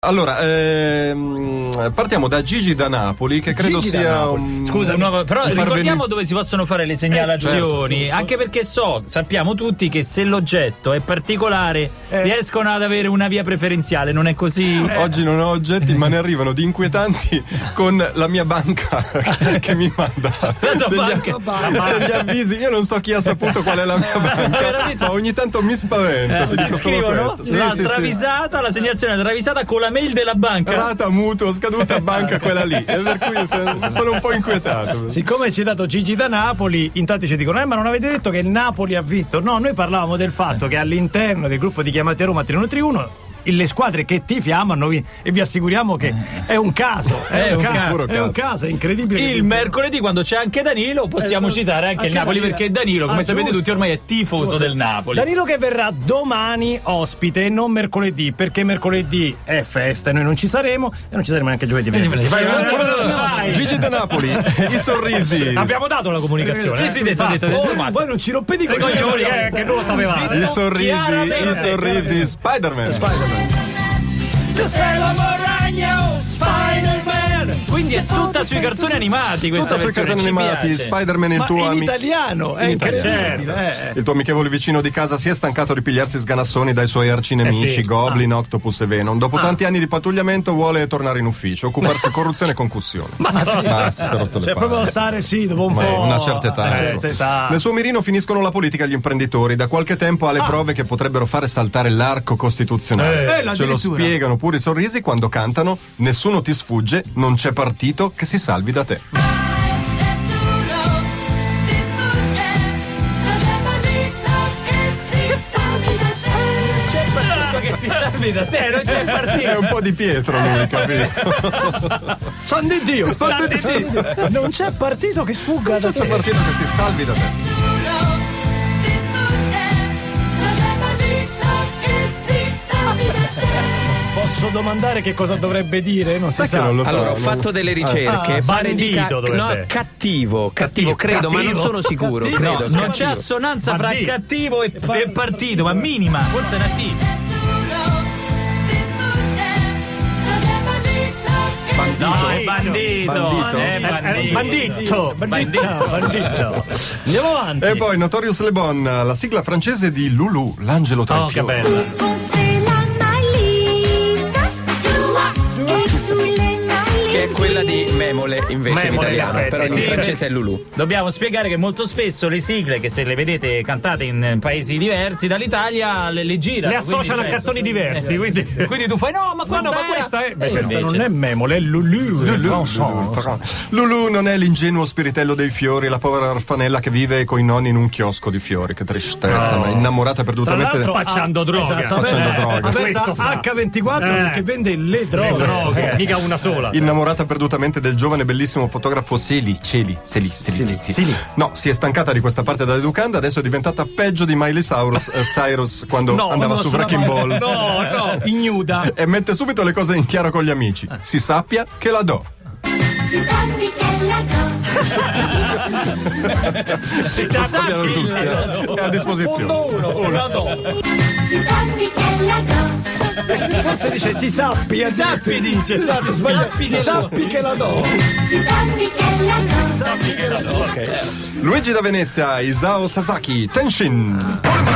Allora, partiamo da Gigi da Napoli, che credo Gigi sia Scusa, però ricordiamo dove si possono fare le segnalazioni, certo. Anche perché sappiamo tutti che se l'oggetto è particolare riescono ad avere una via preferenziale, non è così? Oggi non ho oggetti, ma ne arrivano di inquietanti con la mia banca che mi manda degli avvisi. Io non so chi ha saputo qual è la mia banca, ma ogni tanto mi spavento. Ti dico scrivono travisata, la segnalazione travisata con la mail della banca. Rata mutuo scaduta banca quella lì, e per cui sono un po' inquietato. Siccome ci è dato Gigi da Napoli, in tanti ci dicono ma non avete detto che il Napoli ha vinto? No, noi parlavamo del fatto che all'interno del gruppo di Chiamate Roma 313 le squadre che tifiamo e vi assicuriamo che è un caso, è un caso, è incredibile. Il mercoledì, quando c'è anche Danilo, possiamo citare anche il Napoli, perché Danilo, come sapete tutti, ormai è tifoso del Napoli. Danilo che verrà domani ospite e non mercoledì, perché mercoledì è festa e noi non ci saremo, e non ci saremo neanche giovedì. Gigi da Napoli, i sorrisi. Abbiamo dato la comunicazione. Sì, detto. Voi non ci rompete i coglioni, che non lo sapevate. I sorrisi, Spider-Man. Tu sei l'uomo ragno, Spider-Man. Quindi è tutta sui cartoni animati questa sui versione. cartoni animati. Spider-Man, il tuo in italiano, è incredibile. Il tuo amichevole vicino di casa si è stancato di pigliarsi sgranassoni dai suoi arcinemici, Goblin, Octopus e Venom. Dopo tanti anni di pattugliamento vuole tornare in ufficio, occuparsi di corruzione e concussione. Si è rotto le palle. Proprio stare dopo un po'. Una certa età. Nel suo mirino finiscono la politica e gli imprenditori. Da qualche tempo ha le prove che potrebbero fare saltare l'arco costituzionale. Ce lo spiegano pure i sorrisi quando cantano: nessuno ti sfugge, non c'è partito che si salvi da te. Che si salvi da te, non c'è partito. È un po' di Pietro lui, capito? San di Dio. Non c'è partito che sfugga da te. Non c'è partito che si salvi da te. Posso domandare che cosa dovrebbe dire? Non si sa. Allora, ho fatto delle ricerche. Pare dica cattivo, credo, ma non sono sicuro. Credo, non c'è assonanza fra cattivo e partito, ma minima. Forse è una T. Bandito. Andiamo avanti. E poi Notorious Le Bon, la sigla francese di Lulu, l'angelo tra i fiori. Che bella. che è quella di Memole invece in italiano, però in francese è Lulu. Dobbiamo spiegare che molto spesso le sigle, che se le vedete cantate in paesi diversi dall'Italia, le girano. Le associano a cartoni diversi, quindi tu fai no, ma questa è... Questa non è Memole, è Lulu. Lulu non è l'ingenuo spiritello dei fiori, la povera orfanella che vive coi nonni in un chiosco di fiori. Che tristezza, ma è innamorata perdutamente. Spacciando droga. Aperta H24 che vende le droghe. Mica una sola. Innamorata perdutamente del giovane bellissimo fotografo Celi. No, si è stancata di questa parte da educanda, adesso è diventata peggio di Miley Cyrus quando andava su Wrecking Ball. No, ignuda. E mette subito le cose in chiaro con gli amici. Si sappia che la do. Si sappiano tutti, è a disposizione. Uno. Forse dice si sappi, dice. Esatto, si sappi che la do. Okay. Luigi da Venezia, Isao Sasaki, Tenshin.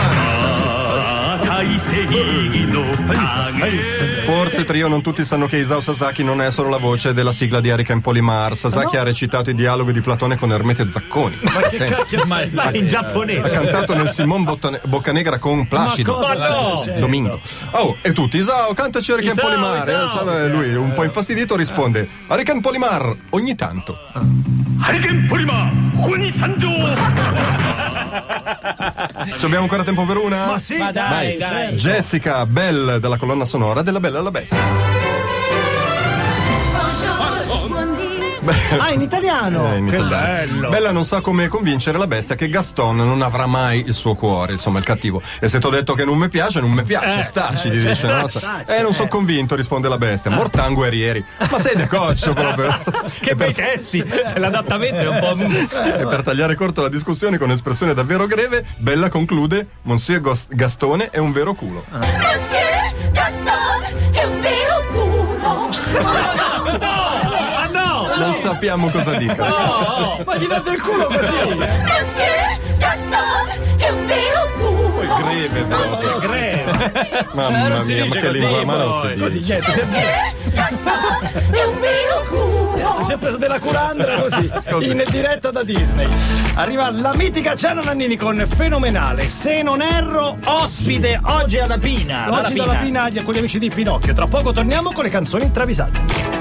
Forse Trio non tutti sanno che Isao Sasaki non è solo la voce della sigla di Hurricane Polymar. Sasaki ha recitato i dialoghi di Platone con Ermete Zacconi. Ma che cacchio fai in giapponese? Ha cantato nel Simon Boccanegra con Placido. Domingo. Oh, e tutti, Isao, cantaci Hurricane Polymar. Lui, un po' infastidito, risponde: Hurricane Polymar, ogni tanto. Hurricane Polymar, ogni tanto. Ci abbiamo ancora tempo per una? Ma sì, dai. Certo. Jessica Bell della colonna sonora della Bella e la Bestia. In italiano. Che bello. Bella non sa come convincere la bestia che Gaston non avrà mai il suo cuore, insomma, il cattivo. E se t'ho detto che non mi piace, staci, gli dice. Non sono convinto, risponde la bestia. Mortan guerrieri. Ma sei decoccio proprio. Che bei testi. L'adattamento è un po'. E per tagliare corto la discussione con espressione davvero greve, Bella conclude: Monsieur Gastone è un vero culo. Monsieur Gaston è un vero culo. Non sappiamo cosa dica. No, ma gli date il culo così. Monsieur Gaston è un vero culo. Greve proprio. Mamma mia, ma che lingua umana non si dice. Così, niente, Gaston è un vero culo. si è preso della culandra così, in diretta da Disney. Arriva la mitica Gianna Nannini con Fenomenale. Se non erro, ospite oggi alla Pina. Oggi dalla Pina con gli amici di Pinocchio. Tra poco torniamo con le canzoni travisate.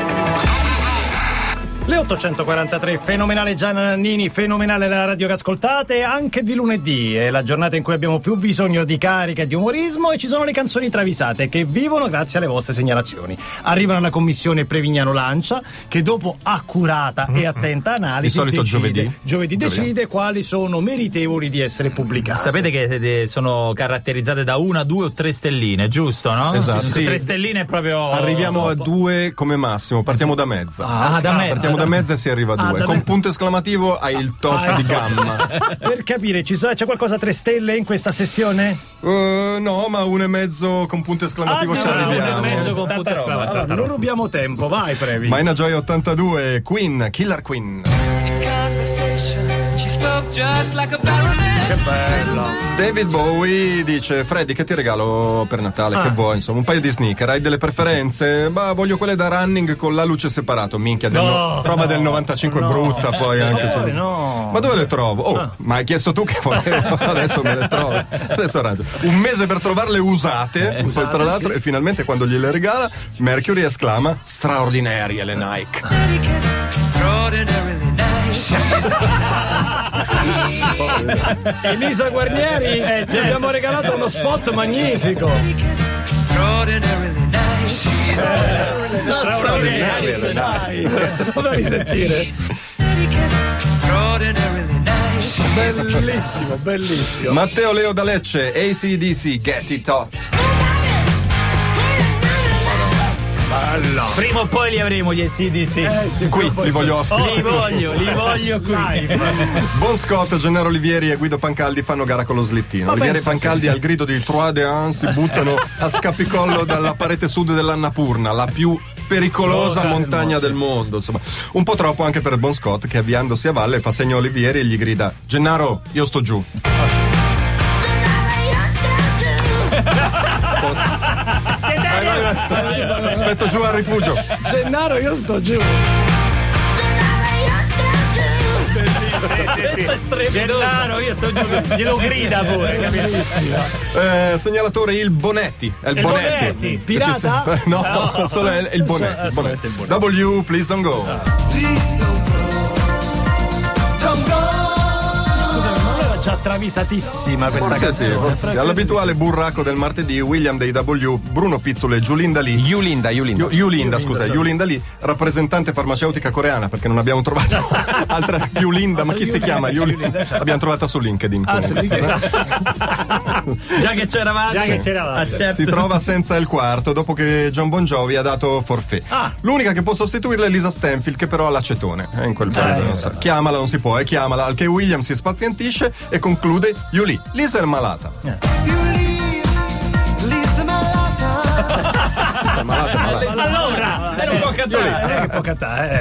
Le 843, Fenomenale Gianna Nannini, fenomenale la radio che ascoltate anche di lunedì. È la giornata in cui abbiamo più bisogno di carica e di umorismo e ci sono le canzoni travisate che vivono grazie alle vostre segnalazioni. Arrivano alla commissione Prevignano Lancia che dopo accurata e attenta analisi di solito giovedì decide quali sono meritevoli di essere pubblicati. Sapete che sono caratterizzate da 1, 2 o 3 stelline, giusto, no? Esatto. Sì. 3 stelline è proprio... Arriviamo a 2 come massimo, partiamo da mezza. Da mezza. Partiamo da mezza e si arriva a 2. Con punto esclamativo hai il top di gamma. Per capire, c'è qualcosa a 3 stelle in questa sessione? No, ma 1,5 con punto esclamativo ci arriviamo. 1,5 con punto esclamativo. Allora, non rubiamo tempo, vai Previ. Maina Joy 82, Queen, Killer Queen. Che bello. David Bowie dice: Freddy, che ti regalo per Natale? Che vuoi? Insomma, un paio di sneaker. Hai delle preferenze? Bah, voglio quelle da running con la luce separato. Minchia, roba del 95 brutta poi anche su. No. Ma dove le trovo? Ma hai chiesto tu che volevo. Adesso me le trovo. Adesso arrangio. Un mese per trovarle usate poi, tra l'altro, e finalmente quando gliele regala, Mercury esclama: straordinarie le Nike. Elisa Guarnieri, ci abbiamo regalato uno spot magnifico. Straordinarie le Nike. Voglio risentire. Bellissimo, bellissimo. Matteo Leo da Lecce, AC/DC, Get It Hot. Prima o poi li avremo gli SCDC. Sì, Qui li voglio ospiti. Li voglio qui. Bon Scott, Gennaro Olivieri e Guido Pancaldi fanno gara con lo slittino. Olivieri e Pancaldi al grido di Trois de Ans si buttano a scapicollo dalla parete sud dell'Annapurna, la più pericolosa montagna del mondo. Insomma, un po' troppo anche per Bon Scott, che avviandosi a valle fa segno a Olivieri e gli grida: Gennaro, io sto giù. Aspetto giù al rifugio. Gennaro, io sto giù. Gennaro, io sto giù, glielo grida pure, capito? Segnalatore il Bonetti. È il Bonetti. Pirata? No, solo è il Bonetti. Solamente il Bonetti. W, please don't go. Già travisatissima questa canzone. Forse sì. All'abituale burraco del martedì, William dei W, Bruno Pizzolo e Yulinda Lee. Yulinda, Lee, rappresentante farmaceutica coreana, perché non abbiamo trovato altra Yulinda, ma chi si chiama Yulinda? L'abbiamo trovata su LinkedIn. Già che c'eravate. Si trova senza il quarto dopo che John Bon Jovi ha dato forfait. L'unica che può sostituirla è Lisa Stanfield, che però ha l'acetone. In quel periodo non so. Chiamala, non si può, chiamala. Al che William si spazientisce e conclude: Yuli, Lisa è malata. Malata. Allora, non può cantare. Che può cantare.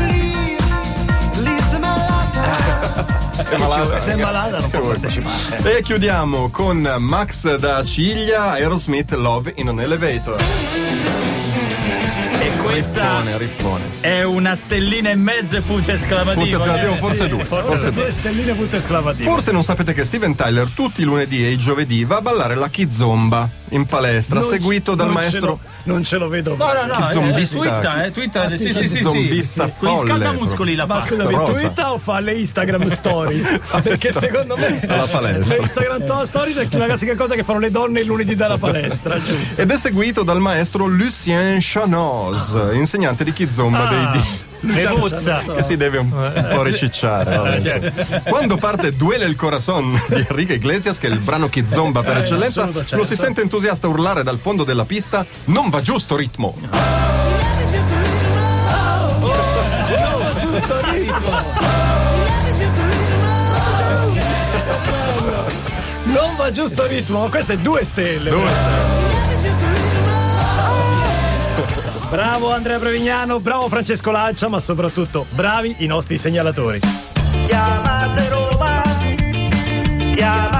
Se è malata non può partecipare. E chiudiamo con Max da Ciglia, Aerosmith, Love in an Elevator. E questa è una stellina e mezzo e punto esclamativo. Forse 2. Forse 2 stelline punto esclamativo. Forse non sapete che Steven Tyler tutti i lunedì e i giovedì va a ballare la kizomba in palestra, seguito dal maestro. Non ce lo vedo. No. Kizombista. Twitter. Sì. Kizombista con gli scaldamuscoli la fa. Ma scusami, twitta o fa le Instagram stories? Perché secondo me alla palestra. Le Instagram stories è la classica cosa che fanno le donne il lunedì dalla palestra, giusto? Ed è seguito dal maestro Lucien Chanoz, insegnante di kizomba dei che si deve un po' ricicciare. Quando parte Duele il Corazon di Enrique Iglesias, che è il brano kizomba per eccellenza, lo si sente entusiasta urlare dal fondo della pista: non va giusto ritmo. Non va giusto ritmo, queste è 2 stelle. Bravo Andrea Prevignano, bravo Francesco Lancia, ma soprattutto bravi i nostri segnalatori. Chiamate Roma, chiamate